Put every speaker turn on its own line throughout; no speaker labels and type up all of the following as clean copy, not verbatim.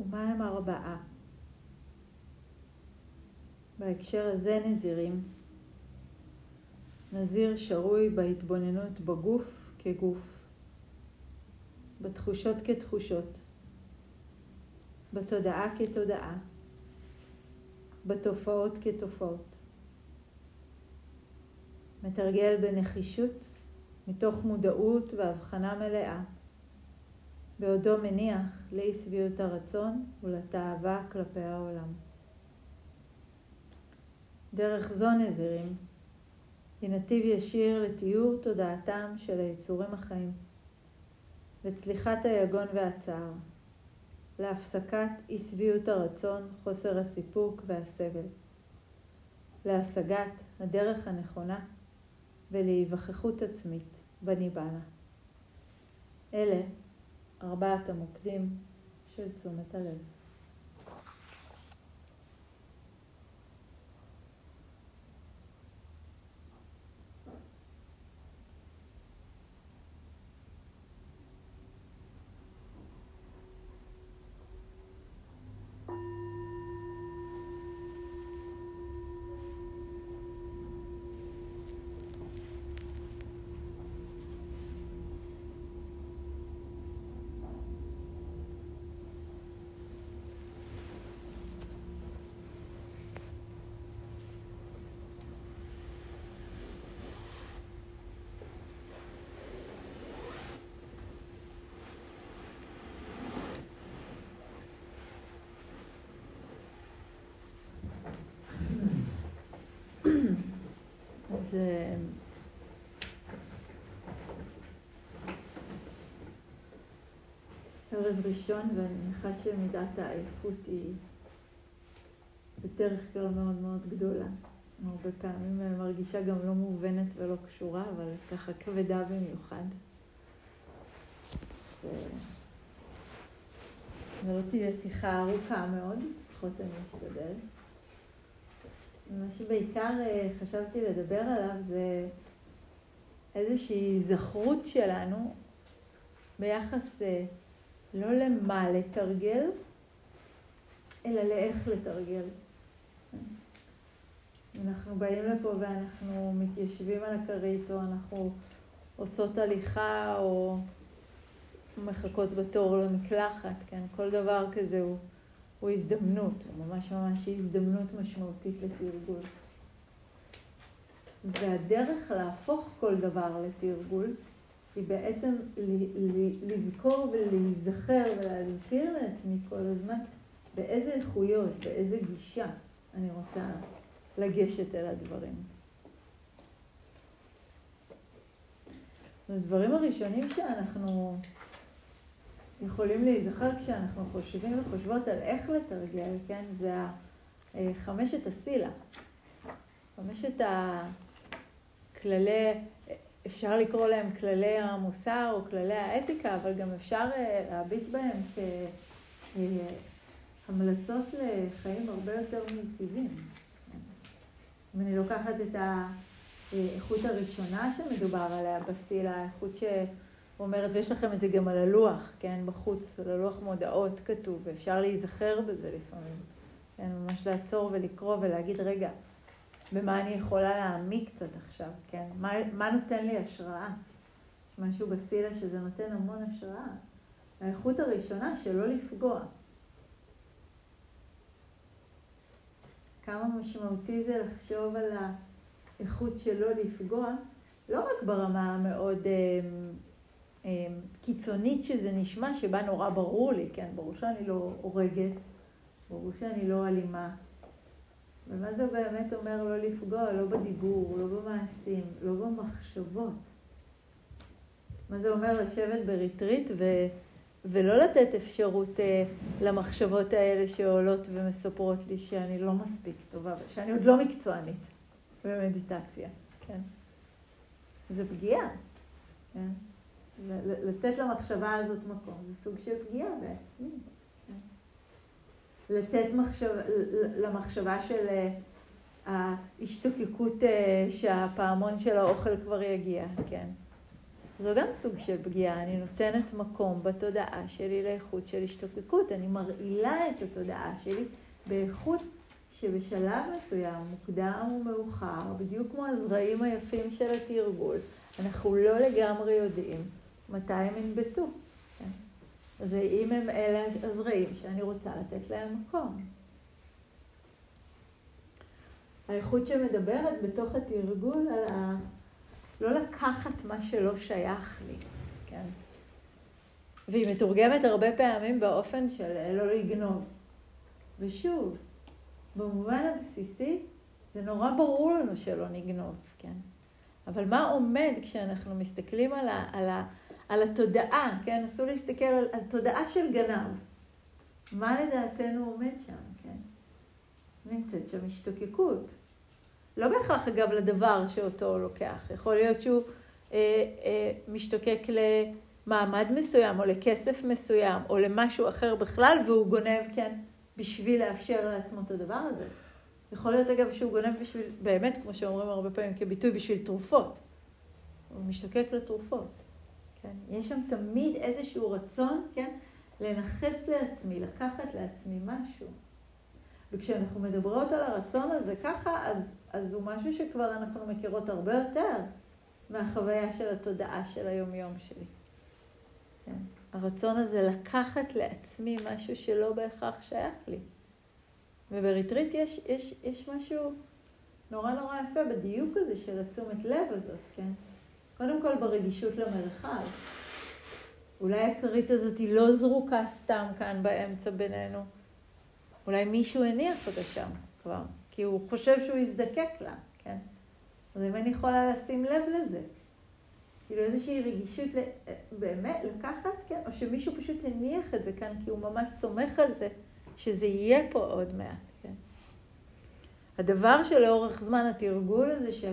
ומה הם 4? בהקשר הזה נזירים. נזיר שרוי בהתבוננות בגוף כגוף, בתחושות כתחושות, בתודעה כתודעה, בתופעות כתופעות. מתרגל בנחישות מתוך מודעות והבחנה מלאה, בעודו מניח לאי שביעות הרצון ולתאווה כלפי העולם. דרך זו נזירים היא נתיב ישיר לתיאור תודעתם של היצורים החיים, לצליחת היגון והצער, להפסקת אי שביעות הרצון, חוסר הסיפוק והסבל, להשגת הדרך הנכונה ולהיווכחות עצמית בניבנה. אלה 4 המוקדים של תשומת הלב. אז ערב ראשון, ואני מניחה שמידת העייפות היא בדרך כלל מאוד מאוד גדולה. הרבה פעמים מרגישה גם לא מובנת ולא קשורה, אבל ככה כבדה במיוחד. ולא תהיה שיחה ארוכה מאוד, לפחות אני אשתדל. מה שבעיקר חשבתי לדבר עליו זה איזושהי זכרות שלנו ביחס לא למה לתרגל, אלא לאיך לתרגל. אנחנו באים לפה ואנחנו מתיישבים על הכרית, או אנחנו עושות הליכה, או מחכות בתור למקלחת, כן? כל דבר כזה הוא הזדמנות, הוא ממש הזדמנות משמעותית לתרגול. והדרך להפוך כל דבר לתרגול, היא בעצם לזכור ולהיזכר ולהזכיר לעצמי כל הזמן באיזה איכויות, באיזה גישה אני רוצה לגשת אל הדברים. הדברים הראשונים שאנחנו יכולים להיזכר כשאנחנו חושבים וחושבות על איך לתרגל, כן? זה 5 הסילה. 5 הכללי, אפשר לקרוא להם כללי המוסר או כללי האתיקה, אבל גם אפשר להביט בהם כהמלצות לחיים הרבה יותר מיטיבים. אם אני לוקחת את האיכות הראשונה שמדובר עליה בסילה, האיכות שאומרת, ויש לכם את זה גם על הלוח, כן, בחוץ, על הלוח מודעות כתוב, ואפשר להיזכר בזה לפעמים. כן, ממש לעצור ולקרוא ולהגיד, רגע, במה אני יכולה להעמיק קצת עכשיו, כן? מה נותן לי השראה? יש משהו בסילה שזה נותן המון השראה. האיכות הראשונה שלא לפגוע. כמה משמעותי זה לחשוב על האיכות שלא לפגוע, לא רק ברמה המאוד קיצונית שזה נשמע, שבה נורא ברור לי, כן? ברור שאני לא הורגת, ברור שאני לא אלימה. ומה זה באמת אומר לא לפגוע? לא בדיבור, לא במעשים, לא במחשבות. מה זה אומר לשבת בריטריט ולא לתת אפשרות למחשבות האלה שעולות ומספרות לי שאני לא מספיק טובה, שאני עוד לא מקצוענית במדיטציה, כן? זה פגיעה, כן? לתת למחשבה הזאת מקום, זה סוג של פגיעה בעצמי. לתת למחשבה של ההשתוקקות שהפעמון של האוכל כבר יגיע, כן. זו גם סוג של פגיעה. אני נותנת מקום בתודעה שלי לאיכות של השתוקקות. אני מרעילה את התודעה שלי באיכות שבשלב מסוים, מוקדם ומאוחר, בדיוק כמו הזרעים היפים של התרגול, אנחנו לא לגמרי יודעים מתי הם ינבטו. כן? אז אם הם אלה הזרעים שאני רוצה לתת להם מקום. האיכות שמדברת בתוך התרגול על לא לקחת מה שלא שייך לי, כן? והיא מתורגמת הרבה פעמים באופן של לא לגנוב. ושוב, במובן הבסיסי, זה נורא ברור לנו שלא נגנוב, כן? אבל מה עומד כשאנחנו מסתכלים על התודעה, כן? אסור להסתכל על תודעה של גנב. מה לדעתנו עומד שם, כן? נמצאת שם השתוקקות. לא בהכרח אגב לדבר שאותו הוא לוקח. יכול להיות שהוא משתוקק למעמד מסוים, או לכסף מסוים, או למשהו אחר בכלל, והוא גונב, כן, בשביל לאפשר לעצמו את הדבר הזה. יכול להיות אגב שהוא גונב בשביל, באמת, כמו שאומרים הרבה פעמים, כביטוי בשביל תרופות. הוא משתוקק לתרופות. כן? יש שם תמיד איזשהו רצון, כן, לנחס לעצמי, לקחת לעצמי משהו. וכשאנחנו מדברות על הרצון הזה ככה, אז הוא משהו שכבר אנחנו מכירות הרבה יותר מהחוויה של התודעה של היום-יום שלי. כן? הרצון הזה לקחת לעצמי משהו שלא בהכרח שייך לי. ובריטריט יש משהו נורא נורא יפה בדיוק הזה של התשומת לב הזאת, כן? קודם כל ברגישות למרחב. אולי הכרית הזאת היא לא זרוקה סתם כאן באמצע בינינו. אולי מישהו הניח אותה שם כבר, כי הוא חושב שהוא יזדקק לה, כן? אז אם אני יכולה לשים לב לזה, כאילו איזושהי רגישות באמת לקחת, כן? או שמישהו פשוט הניח את זה כאן, כי הוא ממש סומך על זה, שזה יהיה פה עוד מעט, כן? הדבר שלאורך זמן התרגול הזה של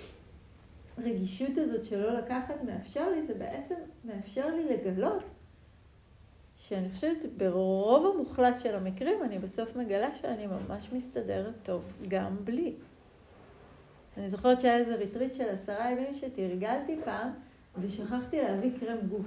הרגישות הזאת שלא לקחת מאפשר לי, זה בעצם מאפשר לי לגלות, שאני חושבת ברוב המוחלט של המקרים, אני בסוף מגלה שאני ממש מסתדרת טוב, גם בלי. אני זוכרת שהיה איזה ריטריט של 10 ימים שתרגלתי פעם, ושכחתי להביא קרם גוף.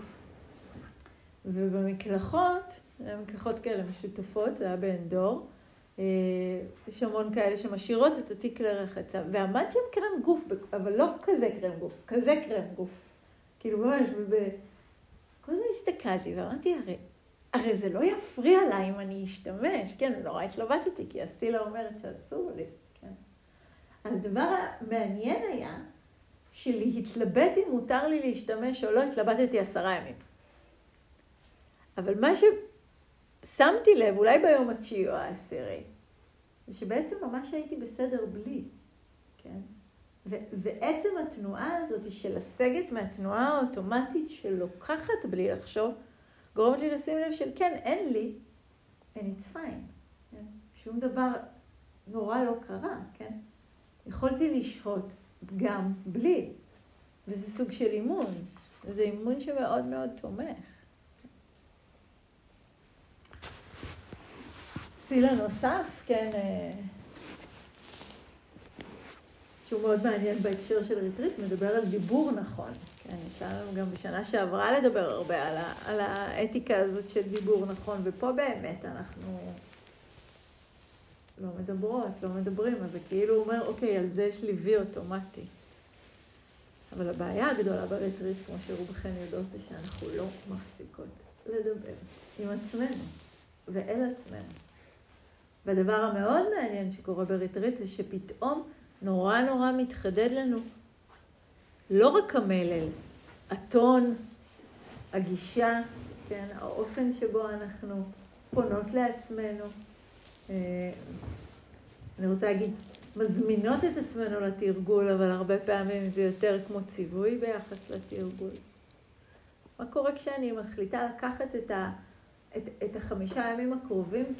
ובמקלחות, מקלחות כאלה משותפות, זה היה באנדור, יש המון כאלה שמשאירות את אותי כלי רחצה, ועמד שם קרם גוף, אבל לא כזה קרם גוף, כזה קרם גוף. כאילו ממש, כל זה הסתכלתי ואמרתי, הרי זה לא יפריע לה אם אני אשתמש, כן, נורא התלבטתי, כי הסילה אומרת שאסור לי, כן. הדבר המעניין היה, שלהתלבט אם מותר לי להשתמש או לא, התלבטתי 10 ימים. אבל מה ששמתי לב, אולי ביום ה9 או ה10, זה שבעצם ממש הייתי בסדר בלי, כן? ועצם התנועה הזאת של לסגת מהתנועה האוטומטית שלוקחת בלי לחשוב, גורמת לי לשים לב של כן, אין לי, and it's fine. כן? שום דבר נורא לא קרה, כן? יכולתי לשהות גם בלי, וזה סוג של אימון. זה אימון שמאוד מאוד תומך. סילה נוסף, כן, שהוא מאוד מעניין בהקשר של ריטריט, מדבר על דיבור נכון. כן, יצא לנו גם בשנה שעברה לדבר הרבה על האתיקה הזאת של דיבור נכון, ופה באמת אנחנו לא מדברות, לא מדברים, אז זה כאילו אומר, אוקיי, על זה יש לי וי אוטומטי. אבל הבעיה הגדולה בריטריט, כמו שרובכן יודעות, זה שאנחנו לא מפסיקות לדבר עם עצמנו ואל עצמנו. והדבר המאוד מעניין שקורה בריטריט זה שפתאום נורא נורא מתחדד לנו לא רק המלל, הטון, הגישה, כן, האופן שבו אנחנו פונות לעצמנו. אני רוצה להגיד, מזמינות את עצמנו לתרגול, אבל הרבה פעמים זה יותר כמו ציווי ביחס לתרגול. מה קורה כשאני מחליטה לקחת את 5 ימים הקרובים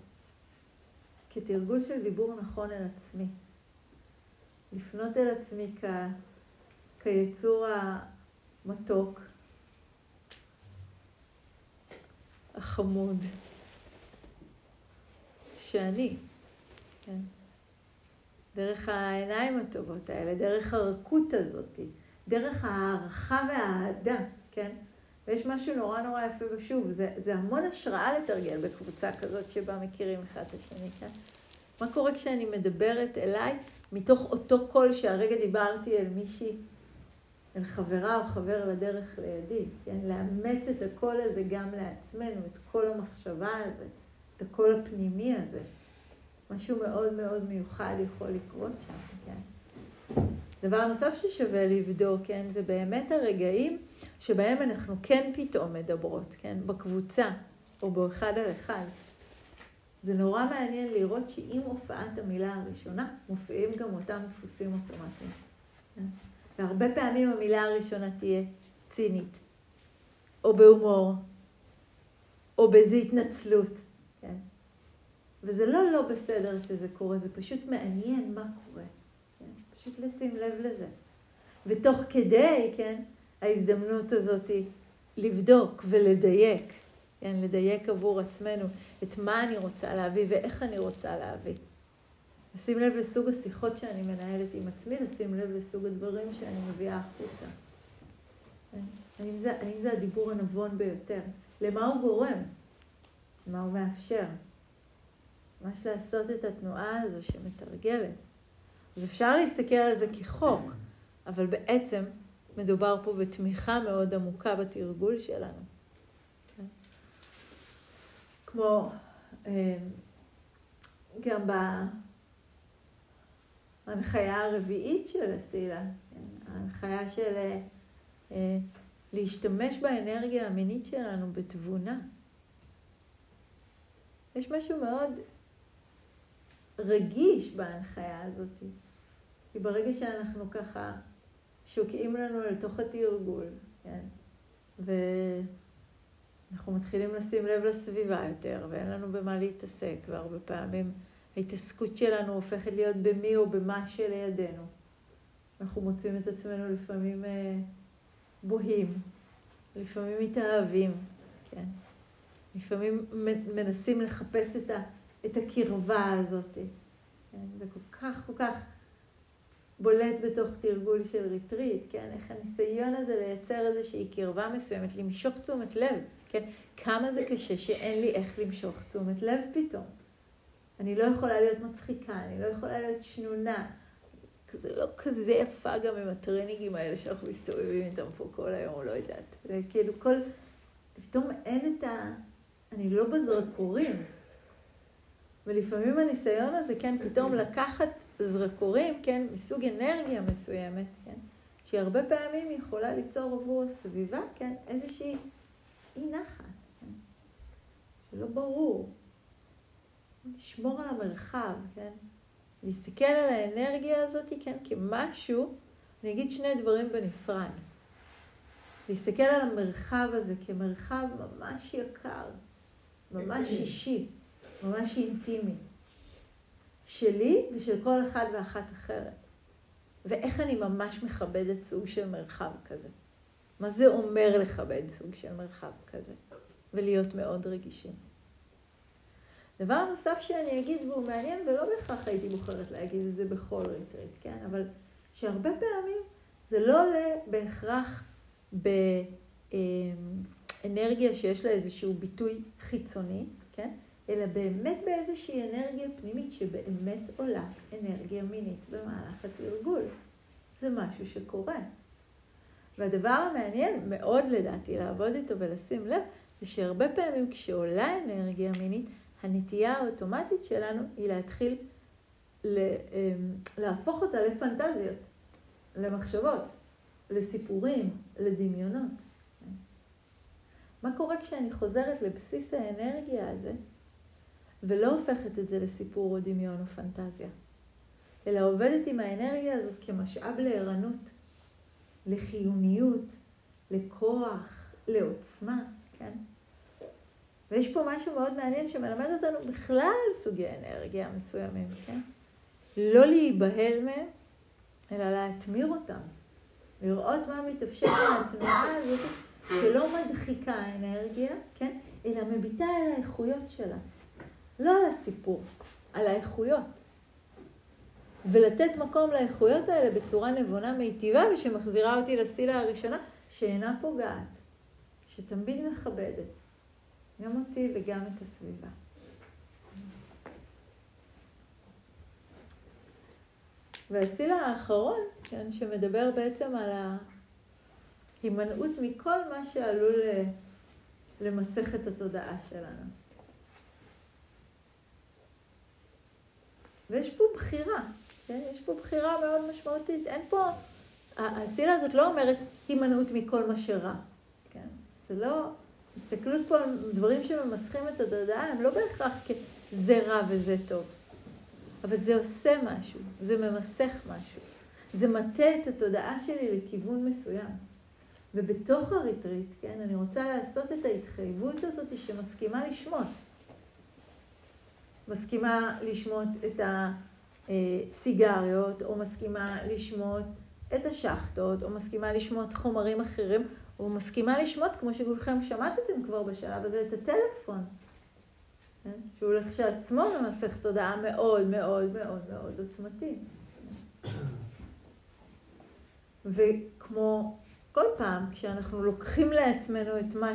כתרגול של דיבור נכון אל עצמי? לפנות אל עצמי כיצור המתוק, החמוד, שאני, כן? דרך העיניים הטובות האלה, דרך הרכות הזאת, דרך הערכה והאהדה, כן? ויש משהו נורא נורא יפה ושוב, זה המון השראה לתרגל בקבוצה כזאת שבה מכירים אחד את השני, כן? מה קורה כשאני מדברת אליי מתוך אותו קול שהרגע דיברתי אל מישהי, אל חברה או חבר לדרך לידי, כן? לאמץ את הקול הזה גם לעצמנו, את קול המחשבה הזה, את הקול הפנימי הזה. משהו מאוד מאוד מיוחד יכול לקרות שם, כן? דבר נוסף ששווה לבדוק, כן? זה באמת הרגעים שבהם אנחנו כן פתאום מדברות, כן? בקבוצה או באחד על אחד. זה נורא מעניין לראות שעם הופעת המילה הראשונה, מופיעים גם אותם דפוסים אוטומטיים. כן? והרבה פעמים המילה הראשונה תהיה צינית, או בהומור, או באיזו התנצלות. כן? וזה לא בסדר שזה קורה, זה פשוט מעניין מה קורה. כן? פשוט לשים לב לזה. ותוך כדי, כן, ההזדמנות הזאת היא לבדוק ולדייק, כן, לדייק עבור עצמנו את מה אני רוצה להביא ואיך אני רוצה להביא. לשים לב לסוג השיחות שאני מנהלת עם עצמי, לשים לב לסוג הדברים שאני מביאה החוצה. האם זה הדיבור הנבון ביותר? למה הוא גורם? מה הוא מאפשר? ממש לעשות את התנועה הזו שמתרגלת. אז אפשר להסתכל על זה כחוק, אבל בעצם מדובר פה בתמיכה מאוד עמוקה בתרגול שלנו. כמו גם בהנחיה הרביעית של הסילה, ההנחיה של להשתמש באנרגיה המינית שלנו בתבונה. יש משהו מאוד רגיש בהנחיה הזאת. כי ברגע שאנחנו ככה שוקעים לנו לתוך התרגול, כן? ואנחנו מתחילים לשים לב לסביבה יותר, ואין לנו במה להתעסק, והרבה פעמים ההתעסקות שלנו הופכת להיות במי או במה שלידינו. אנחנו מוצאים את עצמנו לפעמים בוהים, לפעמים מתאהבים, כן? לפעמים מנסים לחפש את הקרבה הזאת. כן? זה כל כך בולט בתוך תרגול של ריטריט, כן? איך הניסיון הזה לייצר איזושהי קרבה מסוימת, למשוך תשומת לב, כן? כמה זה קשה שאין לי איך למשוך תשומת לב פתאום. אני לא יכולה להיות מצחיקה, אני לא יכולה להיות שנונה. זה לא כזה יפה גם עם הטרנינגים האלה שאנחנו מסתובבים איתם פה כל היום, לא יודעת. וכאילו פתאום אין אני לא בזרקורים. ולפעמים הניסיון הזה, כן, פתאום לקחת זרקורים, כן, מסוג אנרגיה מסוימת, כן, שהרבה פעמים יכולה ליצור עבור הסביבה, כן, איזושהי אי נחת, כן, שלא ברור. לשמור על המרחב, כן, להסתכל על האנרגיה הזאת, כן, כמשהו, אני אגיד שני דברים בנפרד. להסתכל על המרחב הזה כמרחב ממש יקר, ממש אישי, ממש אינטימי. שלי ושל כל אחד ואחת אחרת. ואיך אני ממש מכבדת סוג של מרחב כזה. מה זה אומר לכבד סוג של מרחב כזה? ולהיות מאוד רגישים. דבר נוסף שאני אגיד, והוא מעניין, ולא בהכרח הייתי בוחרת להגיד את זה בכל ריטריט, כן? אבל שהרבה פעמים זה לא עולה בהכרח באנרגיה שיש לה איזשהו ביטוי חיצוני, כן? אלא באמת באיזושהי אנרגיה פנימית שבאמת עולה אנרגיה מינית במהלך התרגול. זה משהו שקורה. והדבר המעניין מאוד לדעתי לעבוד איתו ולשים לב, זה שהרבה פעמים כשעולה אנרגיה מינית, הנטייה האוטומטית שלנו היא להתחיל להפוך אותה לפנטזיות, למחשבות, לסיפורים, לדמיונות. מה קורה כשאני חוזרת לבסיס האנרגיה הזה, ולא הופכת את זה לסיפור או דמיון או פנטזיה, אלא עובדת עם האנרגיה הזאת כמשאב לערנות, לחיוניות, לכוח, לעוצמה, כן? ויש פה משהו מאוד מעניין שמלמד אותנו בכלל על סוגי אנרגיה מסוימים, כן? לא להיבהל מהם, אלא להתמיר אותם. לראות מה מתאפשר מהתנועה הזאת, שלא מדחיקה האנרגיה, כן? אלא מביטה על האיכויות שלה. לא על הסיפור, על האיכויות. ולתת מקום לאיכויות האלה בצורה נבונה מיטיבה, ושמחזירה אותי לסילה הראשונה, שאינה פוגעת, שתמיד מכבדת, גם אותי וגם את הסביבה. והסילה האחרון, כן, שמדבר בעצם על ההימנעות מכל מה שעלול למסך את התודעה שלנו. ויש פה בחירה, כן? יש פה בחירה מאוד משמעותית. אין פה, הסילה הזאת לא אומרת הימנעות מכל מה שרע, כן? זה לא, הסתכלות פה על דברים שממסכים את התודעה, הם לא בהכרח כזה רע וזה טוב. אבל זה עושה משהו, זה ממסך משהו. זה מטה את התודעה שלי לכיוון מסוים. ובתוך הריטריט, כן, אני רוצה לעשות את ההתחייבות הזאת שמסכימה לשמות. מסכימה לשמות את הסיגריות, או מסכימה לשמות את השחטות, או מסכימה לשמות חומרים אחרים, או מסכימה לשמות, כמו שכולכם שמעתם כבר בשלב הזה, את הטלפון. שהוא לכשעצמו ממסך תודעה מאוד מאוד מאוד מאוד עוצמתי. וכמו כל פעם, כשאנחנו לוקחים לעצמנו את מה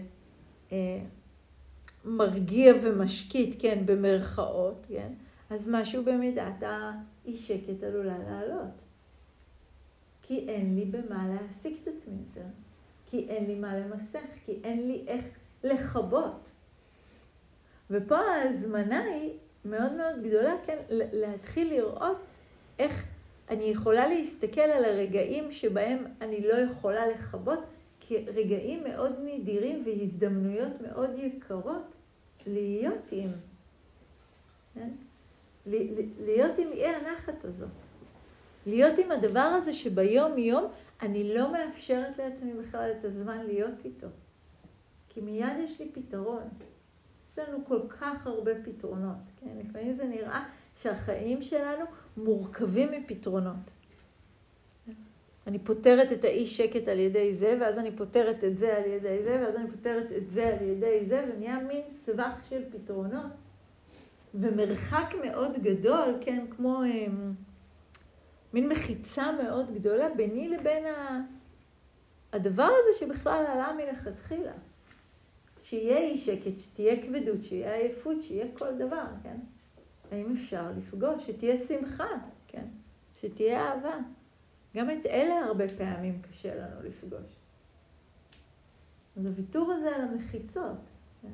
שמרגיע ומשקיט, כן, במרכאות, כן, אז משהו במידת האי שקט עלולה לעלות. כי אין לי במה להעסיק את עצמי יותר. כי אין לי מה למסך, כי אין לי איך לחבות. ופה ההזמנה היא מאוד מאוד גדולה, כן, להתחיל לראות איך אני יכולה להסתכל על הרגעים שבהם אני לא יכולה לחבות, כרגעים מאוד נדירים והזדמנויות מאוד יקרות להיות עם, כן? להיות עם אי הנחת הזאת. להיות עם הדבר הזה שביום יום אני לא מאפשרת לעצמי בכלל את הזמן להיות איתו. כי מיד יש לי פתרון. יש לנו כל כך הרבה פתרונות, כן? לפעמים זה נראה שהחיים שלנו מורכבים מפתרונות. אני פותרת את האי שקט על ידי זה, ואז אני פותרת את זה על ידי זה, ואז אני פותרת את זה על ידי זה, ונהיה מין סבך של פתרונות. ומרחק מאוד גדול, כן? כמו מין מחיצה מאוד גדולה ביני לבין הדבר הזה שבכלל עלה מלכתחילה. שיהיה אי שקט, שתהיה כבדות, שיהיה עייפות, שיהיה כל דבר, כן? האם אפשר לפגוש? שתהיה שמחה, כן? שתהיה אהבה. גם את אלה הרבה פעמים קשה לנו לפגוש. אז הוויתור הזה על המחיצות, כן?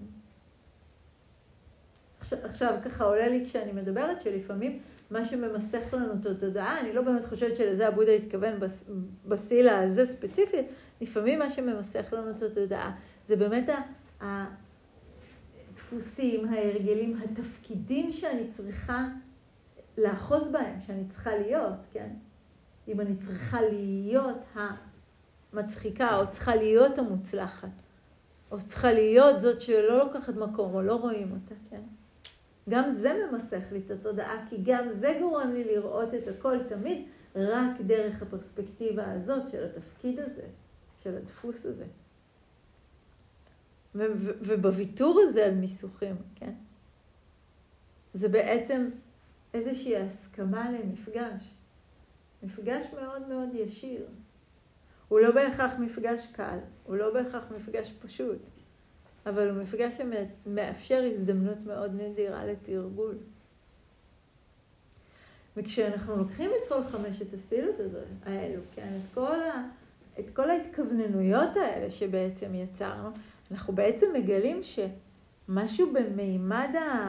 עכשיו ככה עולה לי כשאני מדברת שלפעמים מה שממסך לנו את התודעה, אני לא באמת חושבת שלזה הבודה התכוון בסילה הזה ספציפית, לפעמים מה שממסך לנו את התודעה זה באמת הדפוסים, ההרגלים, התפקידים שאני צריכה לאחוז בהם, שאני צריכה להיות, כן? אם אני צריכה להיות המצחיקה, או צריכה להיות המוצלחת, או צריכה להיות זאת שלא לוקחת מקום, או לא רואים אותה, כן? גם זה ממסך לי את התודעה, כי גם זה גורם לי לראות את הכל תמיד, רק דרך הפרספקטיבה הזאת של התפקיד הזה, של הדפוס הזה. ובוויתור הזה על מיסוכים, כן? זה בעצם איזושהי הסכמה למפגש. מפגש מאוד מאוד ישיר. הוא לא בהכרח מפגש קל, הוא לא בהכרח מפגש פשוט, אבל הוא מפגש שמאפשר הזדמנות מאוד נדירה לתרגול. וכשאנחנו לוקחים את כל חמשת הסילות האלו, כן? את כל ההתכווננויות האלה שבעצם יצרנו, אנחנו בעצם מגלים שמשהו במימד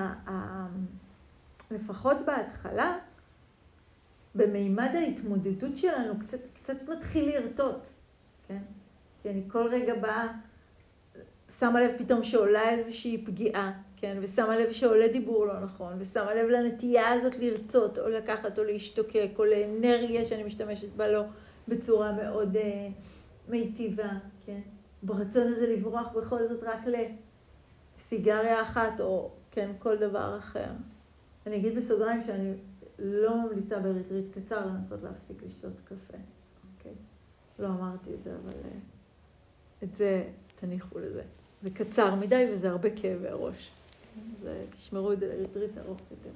לפחות בהתחלה, במימד ההתמודדות שלנו קצת מתחיל לרטוט, כן? כי אני כל רגע באה, שמה לב פתאום שעולה איזושהי פגיעה, כן? ושמה לב שעולה דיבור לא נכון, ושמה לב לנטייה הזאת לרצות, או לקחת, או להשתוקק, או לאנרגיה שאני משתמשת בה לא בצורה מאוד מיטיבה, כן? ברצון הזה לברוח בכל זאת רק לסיגריה אחת, או כן, כל דבר אחר. אני אגיד בסוגריים שאני לא ממליצה בריטריט קצר לנסות להפסיק לשתות קפה. אוקיי? לא אמרתי את זה, אבל את זה תניחו לזה. זה קצר מדי וזה הרבה כאבי ראש. אז תשמרו את זה לריטריט ארוך יותר.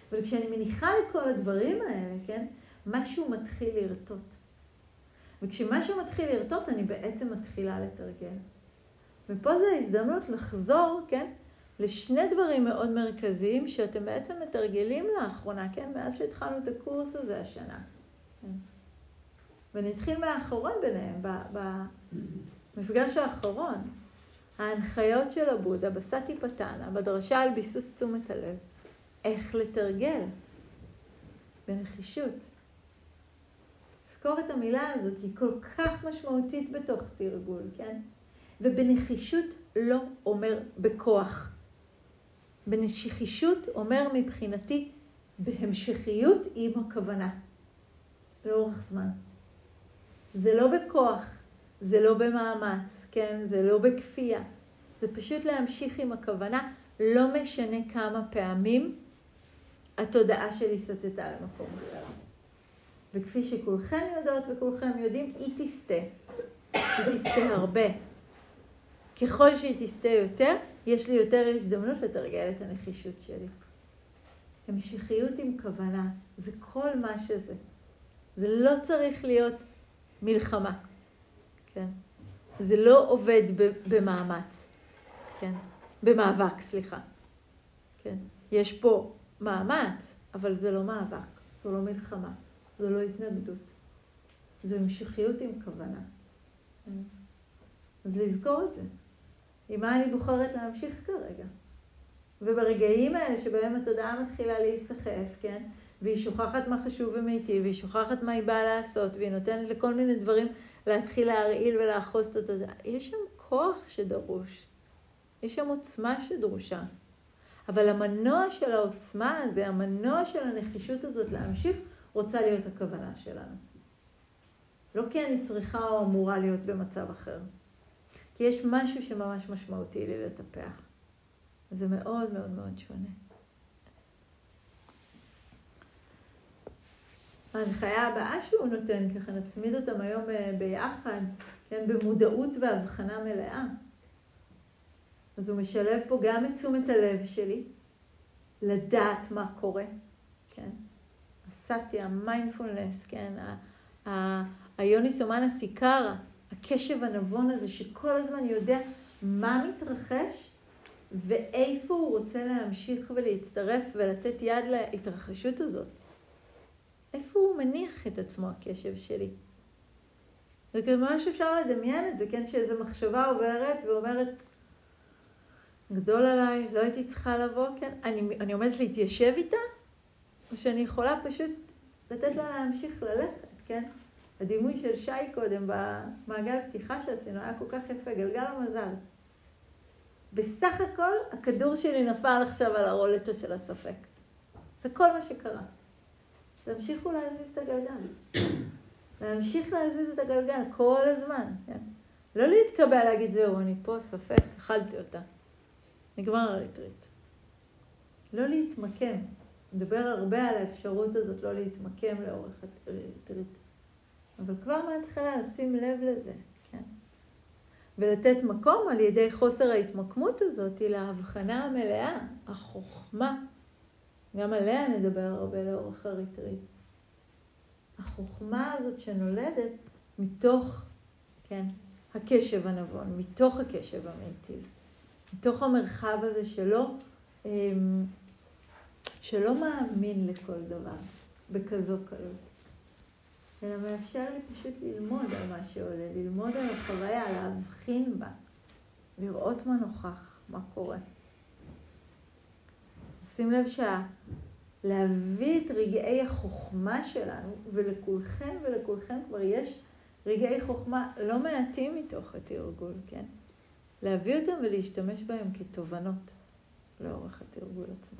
אבל כשאני מניחה לכל הדברים האלה, כן, משהו מתחיל לרטוט. וכשמשהו מתחיל לרטוט, אני בעצם מתחילה לתרגל. ופה זו ההזדמנות לחזור, כן, לשני דברים מאוד מרכזיים שאתם בעצם מתרגלים לאחרונה, כן, מאז שהתחלנו את הקורס הזה השנה. כן. ונתחיל מהאחרון ביניהם, במפגש האחרון, ההנחיות של הבודה, בסאטי פטאנה, בדרשה על ביסוס תשומת הלב, איך לתרגל בנחישות. זכור את המילה הזאת, היא כל כך משמעותית בתוך תרגול, כן? ובנחישות לא אומר בכוח. בנחישות אומר מבחינתי בהמשכיות עם הכוונה, לאורך זמן. זה לא בכוח, זה לא במאמץ, כן? זה לא בכפייה. זה פשוט להמשיך עם הכוונה, לא משנה כמה פעמים התודעה שלי סטתה למקום אחר. וכפי שכולכם יודעות וכולכם יודעים, היא תסתה. היא תסתה הרבה. ככל שהיא תסתה יותר, יש לי יותר הזדמנות לתרגל את הנחישות שלי. המשכיות עם כוונה, זה כל מה שזה. זה לא צריך להיות מלחמה. כן? זה לא עובד במאמץ. כן? במאבק, סליחה. כן? יש פה מאמץ, אבל זה לא מאבק. זו לא מלחמה. זו לא התנגדות. זו המשכיות עם כוונה. אז לזכור את זה. עם מה אני בוחרת להמשיך כרגע? וברגעים האלה שבהם התודעה מתחילה להיסחף, כן? והיא שוכחת מה חשוב ומיטיב, והיא שוכחת מה היא באה לעשות, והיא נותנת לכל מיני דברים להתחיל להרעיל ולאחוז את התודעה. יש שם כוח שדרוש. יש שם עוצמה שדרושה. אבל המנוע של העוצמה הזה, המנוע של הנחישות הזאת להמשיך, רוצה להיות הכוונה שלנו. לא כי אני צריכה או אמורה להיות במצב אחר. כי יש משהו שממש משמעותי לי לטפח. זה מאוד מאוד מאוד שונה. ההנחיה הבאה שהוא נותן, ככה נצמיד אותם היום ביחד, כן, במודעות והבחנה מלאה. אז הוא משלב פה גם את תשומת הלב שלי, לדעת מה קורה, כן? הסאטי, המיינדפולנס, כן? היוניסומנה סיקרה, הקשב הנבון הזה שכל הזמן יודע מה מתרחש ואיפה הוא רוצה להמשיך ולהצטרף ולתת יד להתרחשות הזאת. איפה הוא מניח את עצמו הקשב שלי? זה ממש אפשר לדמיין את זה, כן? שאיזו מחשבה עוברת ואומרת, גדול עליי, לא הייתי צריכה לבוא, כן? אני עומדת להתיישב איתה, או שאני יכולה פשוט לתת לה להמשיך ללכת, כן? הדימוי של שי קודם במעגל פתיחה שעשינו היה כל כך יפה, גלגל המזל. בסך הכל הכדור שלי נפל עכשיו על הרולטו של הספק. זה כל מה שקרה. להמשיכו להזיז את הגלגל. להמשיך להזיז את הגלגל כל הזמן, כן? לא להתקבע להגיד זהו, אני פה ספק, אכלתי אותה. נגמר הריטריט. לא להתמקם. נדבר הרבה על האפשרות הזאת לא להתמקם לאורך הריטריט. אבל כבר מההתחלה לשים לב לזה, כן? ולתת מקום על ידי חוסר ההתמקמות הזאת להבחנה המלאה, החוכמה. גם עליה נדבר הרבה לאורך הריטריט. החוכמה הזאת שנולדת מתוך, כן, הקשב הנבון, מתוך הקשב המיטיב. מתוך המרחב הזה שלא מאמין לכל דבר בכזו קלות. אלא מאפשר לי פשוט ללמוד על מה שעולה, ללמוד על החוויה, להבחין בה, לראות מה נוכח, מה קורה. שים לב להביא את רגעי החוכמה שלנו, ולכולכם כבר יש רגעי חוכמה לא מעטים מתוך התרגול, כן? להביא אותם ולהשתמש בהם כתובנות לאורך התרגול עצמו.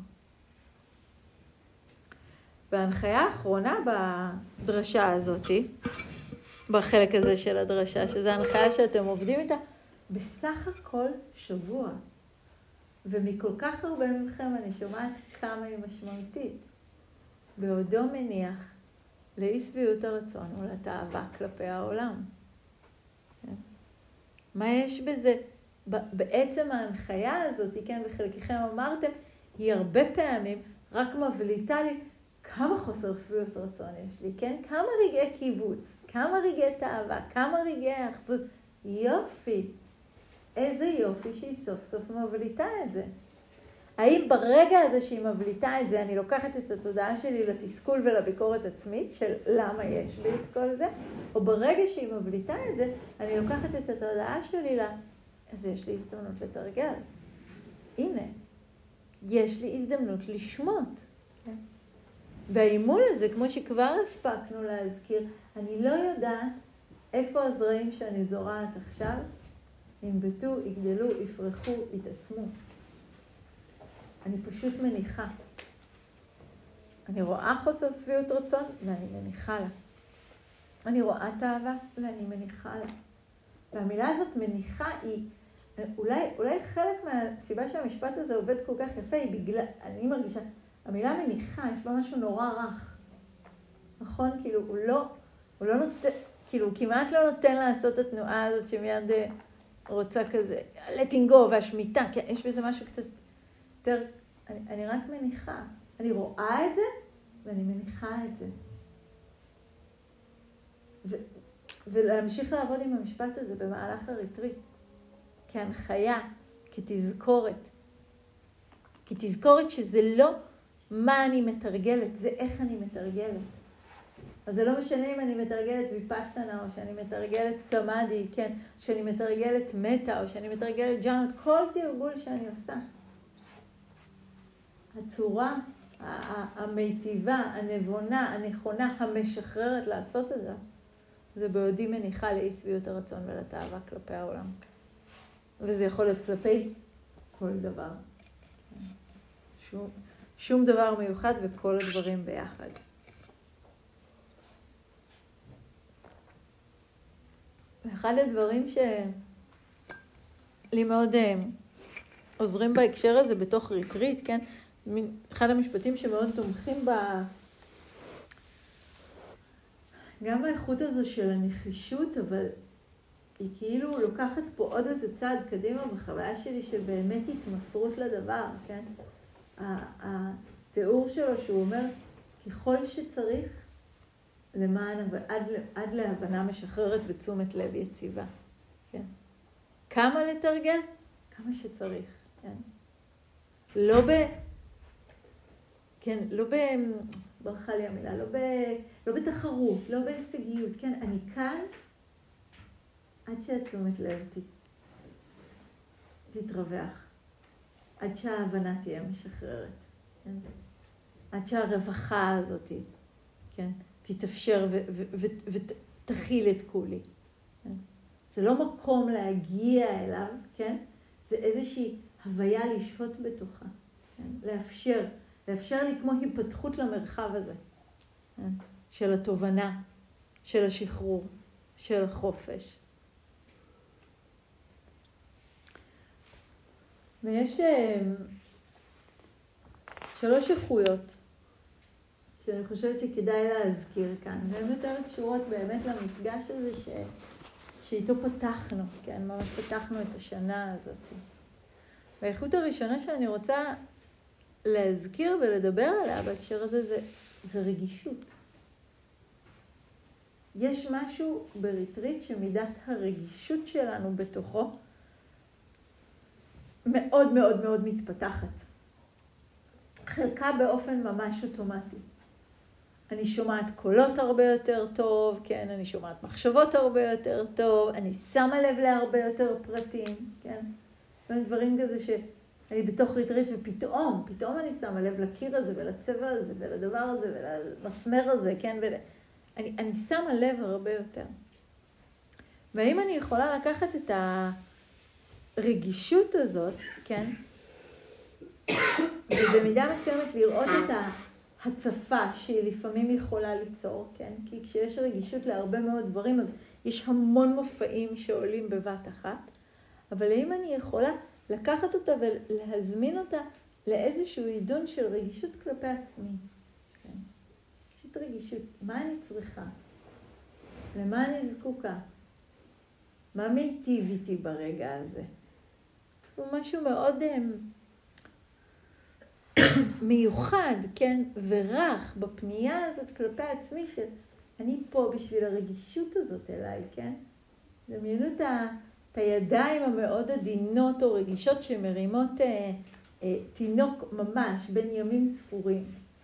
וההנחיה האחרונה בדרשה הזאת, בחלק הזה של הדרשה, שזו ההנחיה שאתם עובדים איתה, בסך הכל שבוע. ומכל כך הרבה מכם אני שומעת כמה היא משמעותית. בעודו מניח לאי שביעות הרצון ולתאווה כלפי העולם. כן? מה יש בזה? בעצם ההנחיה הזאת, כן, וחלקכם אמרתם, היא הרבה פעמים רק מבליטה לי כמה חוסר שביעות רצון יש לי, כן? כמה רגעי קיבוץ, כמה רגעי תאווה, כמה רגעי אחזות. יופי. איזה יופי שהיא סוף סוף מבליטה את זה. האם ברגע הזה שהיא מבליטה את זה, אני לוקחת את התודעה שלי לתסכול ולביקורת עצמית של למה יש בי את כל זה, או ברגע שהיא מבליטה את זה, אני לוקחת את התודעה שלי אז יש לי הזדמנות לתרגל. הנה, יש לי הזדמנות לשמות. והאימון הזה, כמו שכבר הספקנו להזכיר, אני לא יודעת איפה הזרעים שאני זורעת עכשיו, ינבטו, יגדלו, יפרחו, יתעצמו. אני פשוט מניחה. אני רואה חוסר שביעות רצון ואני מניחה לה. אני רואה תאווה ואני מניחה לה. והמילה הזאת מניחה היא, אולי חלק מהסיבה שהמשפט הזה עובד כל כך יפה היא בגלל, אני מרגישה, המילה מניחה יש בה משהו נורא רך. נכון? כאילו הוא לא נותן, כאילו הוא כמעט לא נותן לעשות את התנועה הזאת שמיד רוצה כזה, letting go והשמיטה, כן, יש בזה משהו קצת יותר, אני רק מניחה, אני רואה את זה ואני מניחה את זה. ולהמשיך לעבוד עם המשפט הזה במהלך הריטריט, כהנחיה, כתזכורת. כתזכורת שזה לא מה אני מתרגלת, זה איך אני מתרגלת. אז זה לא משנה אם אני מתרגלת ויפאסנה, או שאני מתרגלת סמאדי, כן, שאני מתרגלת מטה, או שאני מתרגלת ג'אנות, כל תרגול שאני עושה. הצורה המיטיבה, הנבונה, הנכונה, המשחררת לעשות את זה, זה בעודי מניחה לאי שביעות הרצון ולתאווה כלפי העולם. וזה יכול להיות כלפי כל דבר. שום דבר מיוחד וכל הדברים ביחד. ואחד הדברים שלי מאוד עוזרים בהקשר הזה בתוך ריטריט, כן? אחד המשפטים שמאוד תומכים גם באיכות הזו של הנחישות, אבל היא כאילו לוקחת פה עוד איזה צעד קדימה בחוויה שלי של באמת התמסרות לדבר, כן? התיאור שלו שהוא אומר, ככל שצריך, עד להבנה משחררת ותשומת לב יציבה, כן? כמה לתרגל? כמה שצריך, כן? ברכה לי המילה, לא בתחרות, לא בהישגיות, כן? אני כאן עד שהתשומת לב תתרווח, עד שההבנה תהיה משחררת, כן? עד שהרווחה הזאת, כן? תתאפשר ותכיל את כולי. כן? זה לא מקום להגיע אליו, כן? זה איזושהי הוויה לשהות בתוכה, כן? לאפשר לי כמו היפתחות למרחב הזה, כן? של התובנה, של השחרור, של החופש. ויש 3 איכויות שאני חושבת שכדאי להזכיר כאן, והן יותר קשורות באמת למפגש הזה שאיתו פתחנו, כן? ממש פתחנו את השנה הזאת. והאיכות הראשונה שאני רוצה להזכיר ולדבר עליה בהקשר הזה זה רגישות. יש משהו בריטריט שמידת הרגישות שלנו בתוכו מאוד מאוד מאוד מתפתחת. חלקה באופן ממש אוטומטי. אני שומעת קולות הרבה יותר טוב, כן? אני שומעת מחשבות הרבה יותר טוב, אני שמה לב להרבה יותר פרטים, כן? דברים כזה שאני בתוך ריטריט ופתאום אני שמה לב לקיר הזה ולצבע הזה ולדבר הזה ולמסמר הזה, כן? אני שמה לב הרבה יותר. והאם אני יכולה לקחת את הרגישות הזאת, כן? ובמידה מסוימת לראות את ההצפה שהיא לפעמים יכולה ליצור, כן? כי כשיש רגישות להרבה מאוד דברים, אז יש המון מופעים שעולים בבת אחת. אבל האם אני יכולה לקחת אותה ולהזמין אותה לאיזשהו עידון של רגישות כלפי עצמי? כן? פשוט רגישות. מה אני צריכה? למה אני זקוקה? מה מיטיב איתי ברגע הזה? הוא משהו מאוד מיוחד, כן, ורך בפנייה הזאת כלפי עצמי של אני פה בשביל הרגישות הזאת אליי, כן? דמיינו את הידיים המאוד עדינות או רגישות שמרימות תינוק ממש בין ימים ספורים.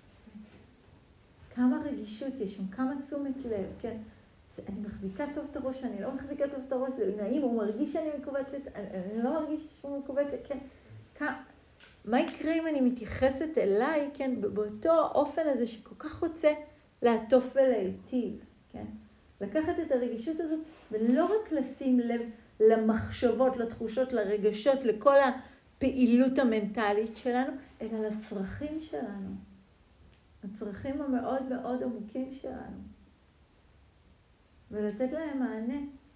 כמה רגישות יש שם, כמה תשומת לב, כן? אני מחזיקה טוב את הראש, אני לא מחזיקה טוב את הראש, זה נעים, הוא מרגיש שאני מקובצת, אני לא מרגיש שהוא מקובצת, כן? מה יקרה אם אני מתייחסת אליי, כן? באותו האופן הזה שכל כך רוצה לעטוף ולהיטיב, כן? לקחת את הרגישות הזאת ולא רק לשים לב למחשבות, לתחושות, לרגשות, לכל הפעילות המנטלית שלנו, אלא לצרכים שלנו. הצרכים המאוד מאוד עמוקים שלנו. ולתת להם מענה.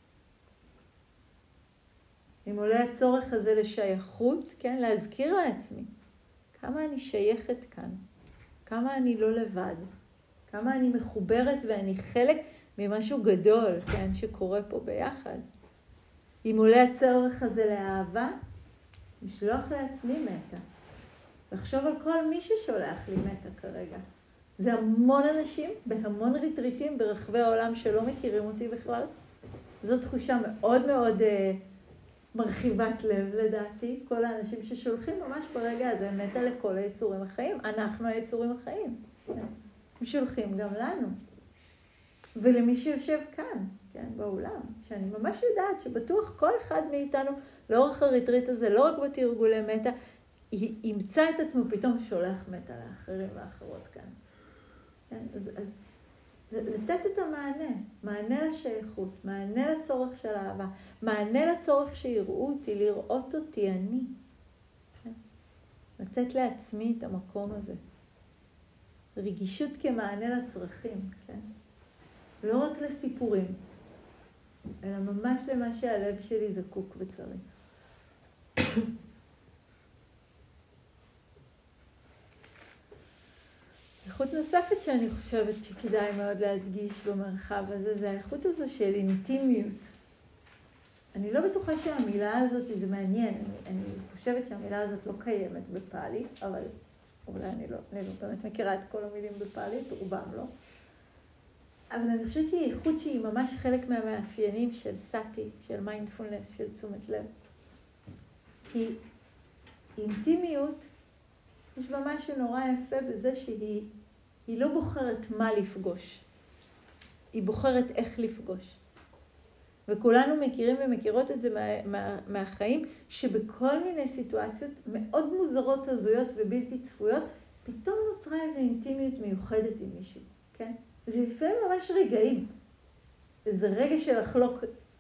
אם עולה הצורך הזה לשייכות, כן? להזכיר לעצמי כמה אני שייכת כאן, כמה אני לא לבד, כמה אני מחוברת ואני חלק ממשהו גדול, כן? שקורה פה ביחד. אם עולה הצורך הזה לאהבה, לשלוח לעצמי מטה. לחשוב על כל מי ששולח לי מטה כרגע. זה המון אנשים בהמון ריטריטים ברחבי העולם שלא מכירים אותי בכלל. זו תחושה מאוד מאוד מרחיבת לב לדעתי. כל האנשים ששולחים ממש ברגע הזה מטה לכל היצורים החיים. אנחנו היצורים החיים. הם שולחים גם לנו. ולמי שיושב כאן, כן, באולם, שאני ממש יודעת שבטוח כל אחד מאיתנו לאורך הריטריט הזה, לא רק בתרגולי מטה, ימצא את עצמו פתאום שולח מטה לאחרים ואחרות כאן. כן? אז לתת את המענה, מענה לשייכות, מענה לצורך של האהבה, מענה לצורך שיראו אותי, לראות אותי אני. כן? לתת לעצמי את המקום הזה. רגישות כמענה לצרכים, כן? לא רק לסיפורים, אלא ממש למה שהלב שלי זקוק וצריך. איכות נוספת שאני חושבת שכדאי מאוד להדגיש במרחב הזה, זה האיכות הזו של אינטימיות. אני לא בטוחה שהמילה הזאת, זה מעניין, אני חושבת שהמילה הזאת לא קיימת בפאלי, אבל אולי אני לא באמת מכירה את כל המילים בפאלי, רובם לא. אבל אני חושבת שהיא איכות שהיא ממש חלק מהמאפיינים של סאטי, של מיינדפולנס, של תשומת לב. כי אינטימיות, יש בה משהו נורא יפה בזה שהיא לא בוחרת מה לפגוש. היא בוחרת איך לפגוש. וכולנו מכירים ומכירות את זה מהחיים, שבכל מיני סיטואציות מאוד מוזרות, הזויות ובלתי צפויות, פתאום נוצרה איזו אינטימיות מיוחדת עם מישהו, כן? זה לפעמים ממש רגעים. זה רגע של לחלוק,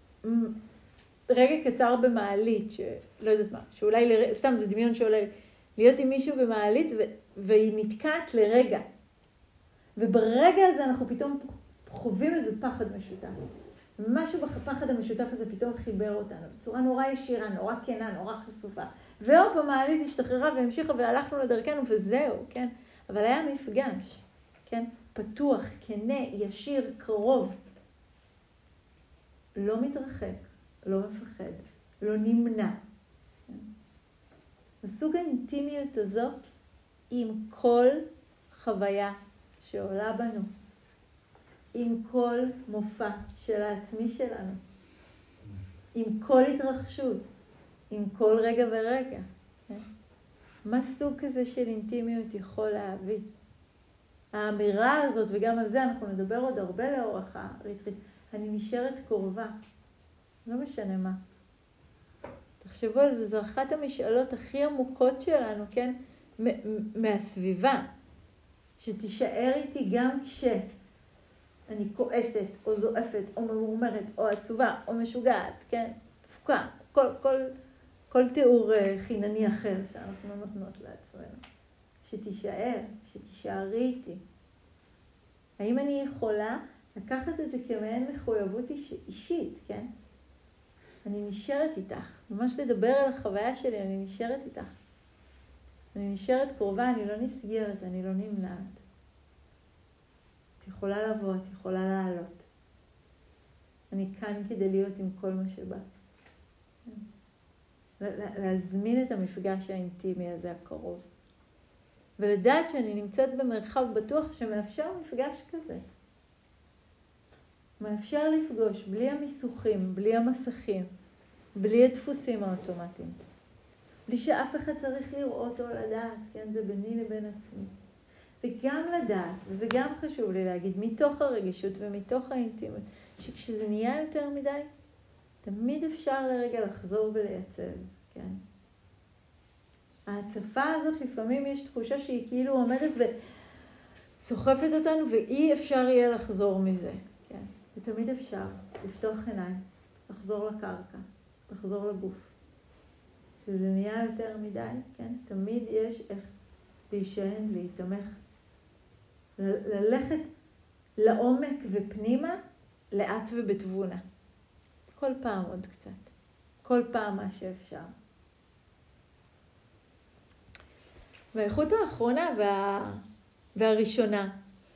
רגע קצר במעלית, שלא יודעת מה, שאולי, סתם זה דמיון שעולה, להיות עם מישהו במעלית והיא נתקעת לרגע. וברגע הזה אנחנו פתאום חווים איזה פחד משותף. משהו בפחד המשותף הזה פתאום חיבר אותנו, בצורה נורא ישירה, נורא כנה, נורא חשופה. והופ, המעלית השתחררה והמשיכה והלכנו לדרכנו וזהו, כן? אבל היה מפגש, כן? פתוח, כנה, ישיר, קרוב. לא מתרחק, לא מפחד, לא נמנע. הסוג האינטימיות הזו עם כל חוויה שעולה בנו. עם כל מופע של העצמי שלנו. עם כל התרחשות. עם כל רגע ורגע. מה סוג כזה של אינטימיות יכול להביא? האמירה הזאת, וגם על זה אנחנו נדבר עוד הרבה לאורך הריטריט, אני נשארת קרובה. לא משנה מה. תחשבו על זה, זו אחת המשאלות הכי עמוקות שלנו, כן? מהסביבה. שתישאר איתי גם כשאני כועסת, או זועפת, או ממורמרת, או עצובה, או משוגעת, כן? תפוקה. כל תיאור חינני אחר שאנחנו נותנות לעצמנו. שתישארי איתי. האם אני יכולה לקחת את זה כמעין מחויבות אישית, כן? אני נשארת איתך. ממש לדבר על החוויה שלי, אני נשארת איתך. אני נשארת קרובה, אני לא נסגרת, אני לא נמנעת. את יכולה לבוא, את יכולה לעלות. אני כאן כדי להיות עם כל מה שבא. להזמין את המפגש האינטימי הזה הקרוב. ולדעת שאני נמצאת במרחב בטוח שמאפשר מפגש כזה. מאפשר לפגוש בלי המיסוכים, בלי המסכים, בלי הדפוסים האוטומטיים. בלי שאף אחד צריך לראות או לדעת, כן? זה ביני לבין עצמי. וגם לדעת, וזה גם חשוב לי להגיד, מתוך הרגישות ומתוך האינטימיות, שכשזה נהיה יותר מדי, תמיד אפשר לרגע לחזור ולייצב, כן? ההצפה הזאת לפעמים יש תחושה שהיא כאילו עומדת וסוחפת אותנו, ואי אפשר יהיה לחזור מזה, כן? ותמיד אפשר לפתוח עיניים, לחזור לקרקע, לחזור לגוף. כשזה נהיה יותר מדי, כן? תמיד יש איך להישען, להתמך, ללכת לעומק ופנימה, לאט ובתבונה. כל פעם עוד קצת. כל פעם מה שאפשר. והאיכות האחרונה והראשונה,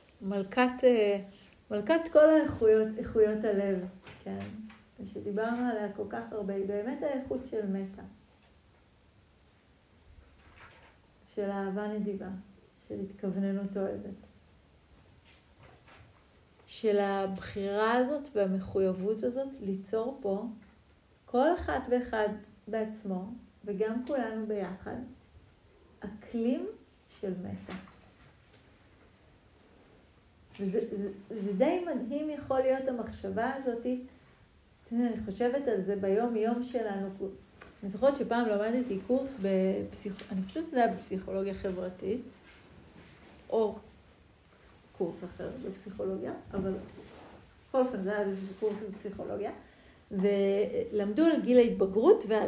מלכת כל איכויות הלב, כן? שדיברנו עליה כל כך הרבה, היא באמת האיכות של מטה. של אהבה נדיבה, של התכווננות אוהבת. של הבחירה הזאת והמחויבות הזאת ליצור פה, כל אחד ואחד בעצמו, וגם כולנו ביחד, אקלים של מטה. זה די מדהים יכול להיות המחשבה הזאת. אני חושבת על זה ביום שלנו. אני זוכרת שפעם למדתי קורס אני חושבת שזה היה בפסיכולוגיה חברתית, או קורס אחר בפסיכולוגיה, אבל בכל אופן זה היה איזשהו קורס בפסיכולוגיה, ולמדו על גיל ההתבגרות ועל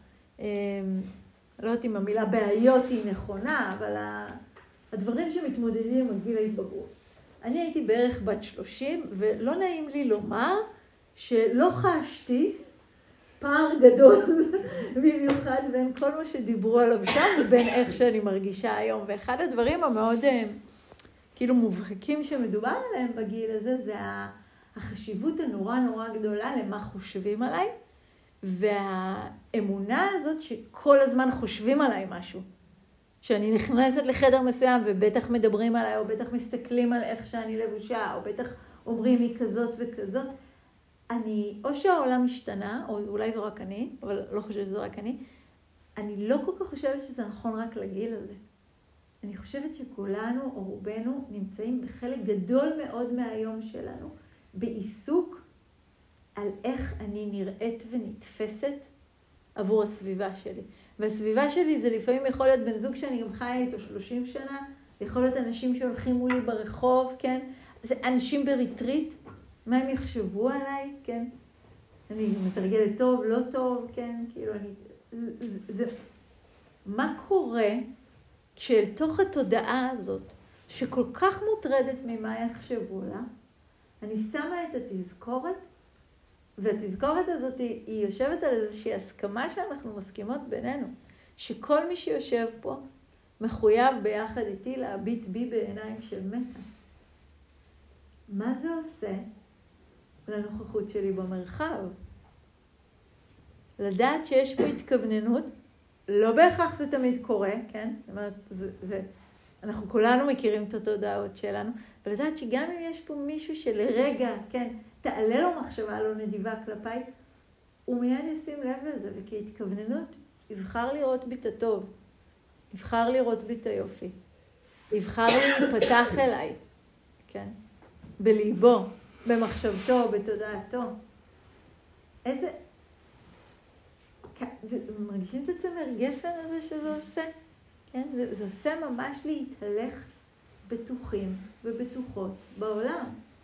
לא יודעת אם המילה בעיות היא נכונה, אבל הדברים שמתמודדים עם גיל ההתבגרות. אני הייתי בערך בת 30, ולא נעים לי לומר שלא חשתי פער גדול במיוחד בין כל מה שדיברו עליו שם ובין איך שאני מרגישה היום. ואחד הדברים המאוד כאילו מובהקים שמדובר עליהם בגיל הזה, זה החשיבות הנורא גדולה למה חושבים עליי, והאמונה הזאת שכל הזמן חושבים עליי משהו. שאני נכנסת לחדר מסוים ובטח מדברים עליי, או בטח מסתכלים על איך שאני לבושה, או בטח אומרים היא כזאת וכזאת. או שהעולם השתנה, או אולי זו רק אני, אבל לא חושבת שזו רק אני לא כל כך חושבת שזה נכון רק לגיל הזה. אני חושבת שכולנו או רובנו נמצאים בחלק גדול מאוד מהיום שלנו, בעיסוק על איך אני נראית ונתפסת עבור הסביבה שלי. והסביבה שלי זה לפעמים יכול להיות בן זוג שאני גם חיה איתו 30 שנה, יכול להיות אנשים שהולכים מולי ברחוב, כן? זה אנשים בריטריט, מה הם יחשבו עליי, כן? אני מתרגלת טוב, לא טוב, כן? כאילו מה קורה כשתוך התודעה הזאת, שכל כך מוטרדת ממה יחשבו לה, אני שמה את התזכורת, והתזכורת הזאת היא יושבת על איזושהי הסכמה שאנחנו מסכימות בינינו, שכל מי שיושב פה מחויב ביחד איתי להביט בי בעיניים של מטה. מה זה עושה לנוכחות שלי במרחב? לדעת שיש פה התכווננות, לא בהכרח זה תמיד קורה, כן? זאת אומרת, אנחנו כולנו מכירים את התודעות שלנו, ולדעת שגם אם יש פה מישהו שלרגע, כן, תעלה לו מחשבה לא נדיבה כלפיי, הוא מיד ישים לב לזה, וכהתכווננות יבחר לראות בי את הטוב, יבחר לראות בי את היופי, יבחר להיפתח אליי, כן? בליבו, במחשבתו, בתודעתו. מרגישים את הצמר גפן הזה שזה עושה? כן? זה עושה ממש להתהלך בטוחים ובטוחות בעולם.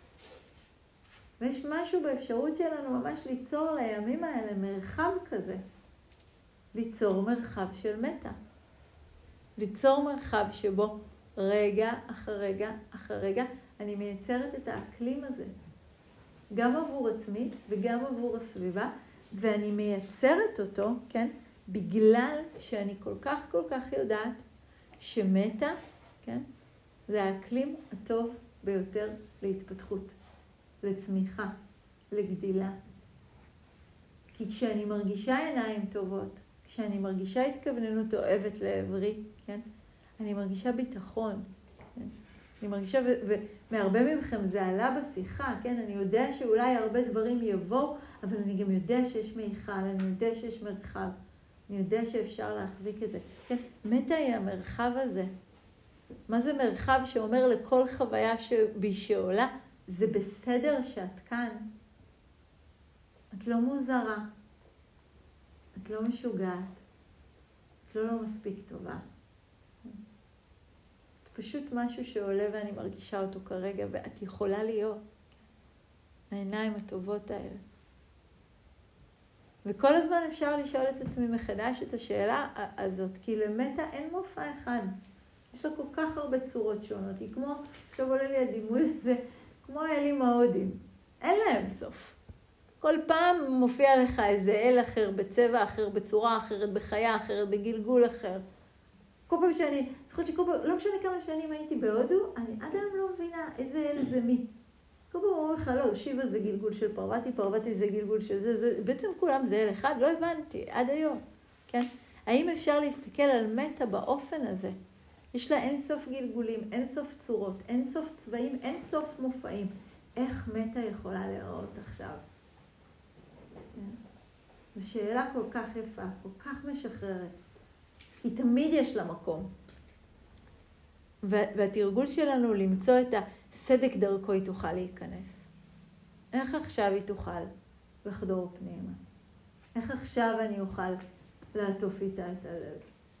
ויש משהו באפשרות שלנו ממש ליצור לימים האלה מרחב כזה. ליצור מרחב של מטה. ליצור מרחב שבו רגע אחר רגע אחר רגע אני מייצרת את האקלים הזה. גם עבור עצמי וגם עבור הסביבה. ואני מייצרת אותו, כן? בגלל שאני כל כך יודעת שמטה, כן? זה האקלים הטוב ביותר להתפתחות, לצמיחה, לגדילה. כי כשאני מרגישה עיניים טובות, כשאני מרגישה התכווננות אוהבת לעברי, כן? אני מרגישה ביטחון. כן? אני מרגישה, ומהרבה מכם זה עלה בשיחה, כן? אני יודע שאולי הרבה דברים יבואו, אבל אני גם יודע שיש מיכל, אני יודע שיש מרחב. אני יודע שאפשר להחזיק את זה. כן? מטה היא המרחב הזה. מה זה מרחב שאומר לכל חוויה בי שעולה? זה בסדר שאת כאן. את לא מוזרה. את לא משוגעת. את לא מספיק טובה. את פשוט משהו שעולה ואני מרגישה אותו כרגע, ואת יכולה להיות. העיניים הטובות האלה. וכל הזמן אפשר לשאול את עצמי מחדש את השאלה הזאת, כי למטה אין מופע אחד. יש לה כל כך הרבה צורות שונות. היא כמו, עכשיו עולה לי הדימוי הזה, כמו האלים ההודים. אין להם סוף. כל פעם מופיע לך איזה אל אחר, בצבע אחר, בצורה אחרת, בחיה אחרת, בגלגול אחר. כל פעם שאני, זוכרת שכל פעם, לא משנה כמה שנים הייתי בהודו, אני עד היום לא מבינה איזה אל זה מי. כל פעם אומרים לך, לא, שיבה זה גלגול של פרווטי, פרווטי זה גלגול של זה, בעצם כולם זה אל אחד, לא הבנתי, עד היום, כן? האם אפשר להסתכל על מטה באופן הזה? יש לה אין סוף גלגולים, אין סוף צורות, אין סוף צבעים, אין סוף מופעים. איך מטה יכולה להיראות עכשיו? כן? זו שאלה כל כך יפה, כל כך משחררת. כי תמיד יש לה מקום. והתרגול שלנו למצוא את הסדק דרכו היא תוכל להיכנס. איך עכשיו היא תוכל לחדור פנימה? איך עכשיו אני אוכל לעטוף איתה את הלב?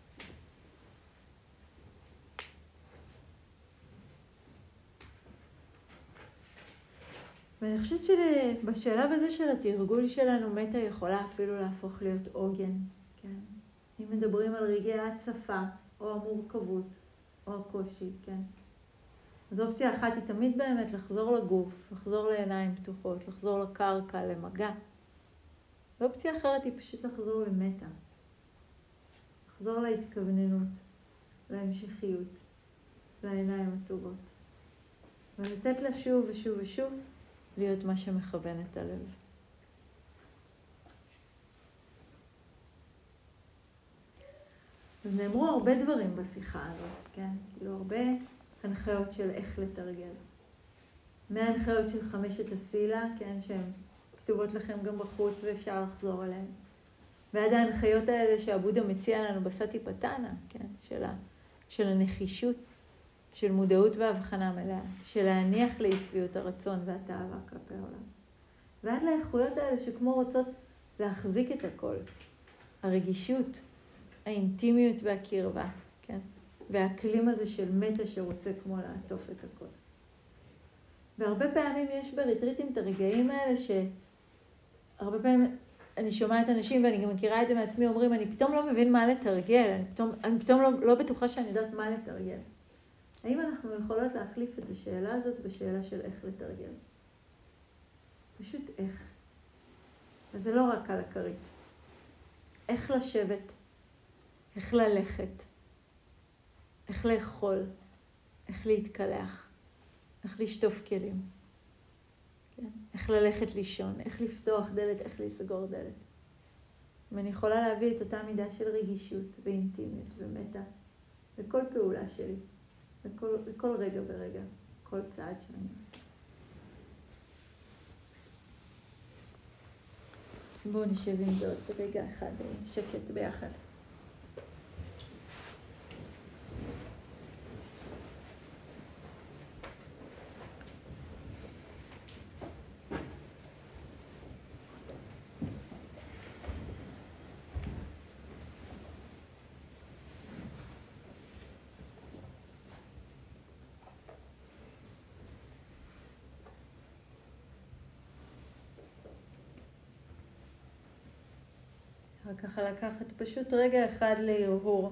ואני חושבת שבשלב הזה של התרגול שלנו, מטה יכולה אפילו להפוך להיות עוגן. כן? אם מדברים על רגעי ההצפה, או המורכבות, או הקושי, כן? אז אופציה אחת היא תמיד באמת לחזור לגוף, לחזור לעיניים פתוחות, לחזור לקרקע, למגע. ואופציה אחרת היא פשוט לחזור למטה. לחזור להתכווננות, להמשכיות, לעיניים הטובות. ולתת לה שוב ושוב ושוב להיות מה שמכוון את הלב. אז נאמרו הרבה דברים בשיחה הזאת, כן? כאילו הרבה הנחיות של איך לתרגל. מההנחיות של 5 הסילה, כן? שהן כתובות לכם גם בחוץ ואפשר לחזור אליהן. ועד ההנחיות האלה שהבודה מציע לנו בסטי פטנה, כן? של הנחישות, של מודעות והבחנה מלאה, של להניח לאי שביעות הרצון והתאווה כלפי העולם. ועד לאיכויות האלה שכמו רוצות להחזיק את הכל. הרגישות, האינטימיות והקרבה, כן? והאקלים הזה של מטה שרוצה כמו לעטוף את הכל. והרבה פעמים יש בריטריטים את הרגעים האלה שהרבה פעמים אני שומעת אנשים ואני גם מכירה את זה מעצמי, אומרים, אני פתאום לא מבין מה לתרגל, אני פתאום לא בטוחה שאני יודעת מה לתרגל. האם אנחנו יכולות להחליף את השאלה הזאת בשאלה של איך לתרגל? פשוט איך. וזה לא רק על הכרית. איך לשבת, איך ללכת, איך לאכול, איך להתקלח, איך לשטוף כלים, כן? איך ללכת לישון, איך לפתוח דלת, איך לסגור דלת. אם אני יכולה להביא את אותה מידה של רגישות ואינטימיות ומטה לכל פעולה שלי, לכל רגע ורגע, כל צעד שאני עושה. בואו נשב עם זאת ברגע אחד, שקט ביחד. וככה לקחת פשוט רגע אחד להרהור.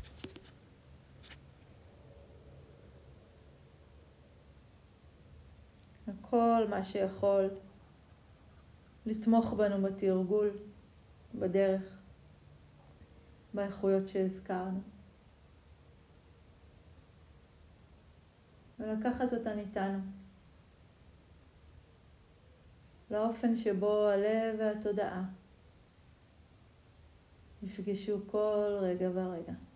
כל מה שיכול לתמוך בנו בתרגול, בדרך, באיכויות שהזכרנו. ולקחת אותן איתנו. לאופן שבו הלב והתודעה יפגשו כל רגע ורגע.